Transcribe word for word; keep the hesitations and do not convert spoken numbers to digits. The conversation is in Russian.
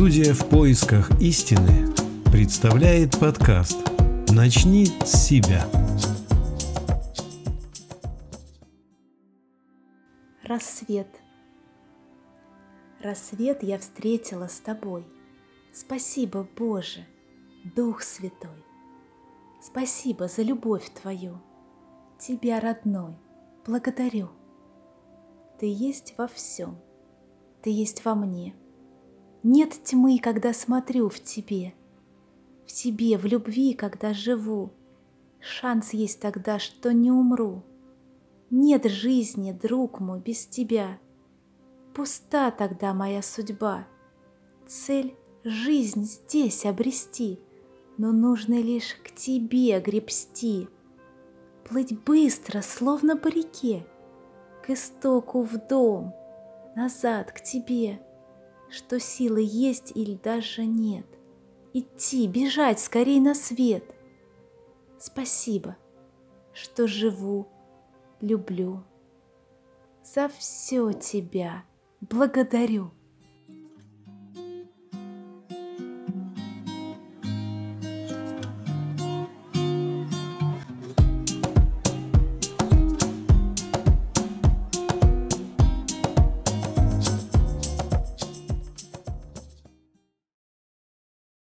Студия «В поисках истины» представляет подкаст «Начни с себя». Рассвет. Рассвет я встретила с тобой. Спасибо, Боже, Дух Святой. Спасибо за любовь Твою. Тебя, родной, благодарю. Ты есть во всем. Ты есть во мне. Нет тьмы, когда смотрю в Тебе. В Тебе, в любви, когда живу. Шанс есть тогда, что не умру. Нет жизни, друг мой, без Тебя. Пуста тогда моя судьба. Цель — жизнь здесь обрести, но нужно лишь к Тебе гребсти. Плыть быстро, словно по реке, к истоку в дом, назад к Тебе. Что силы есть или даже нет. Идти, бежать скорей на свет. Спасибо, что живу, люблю. За все Тебя благодарю.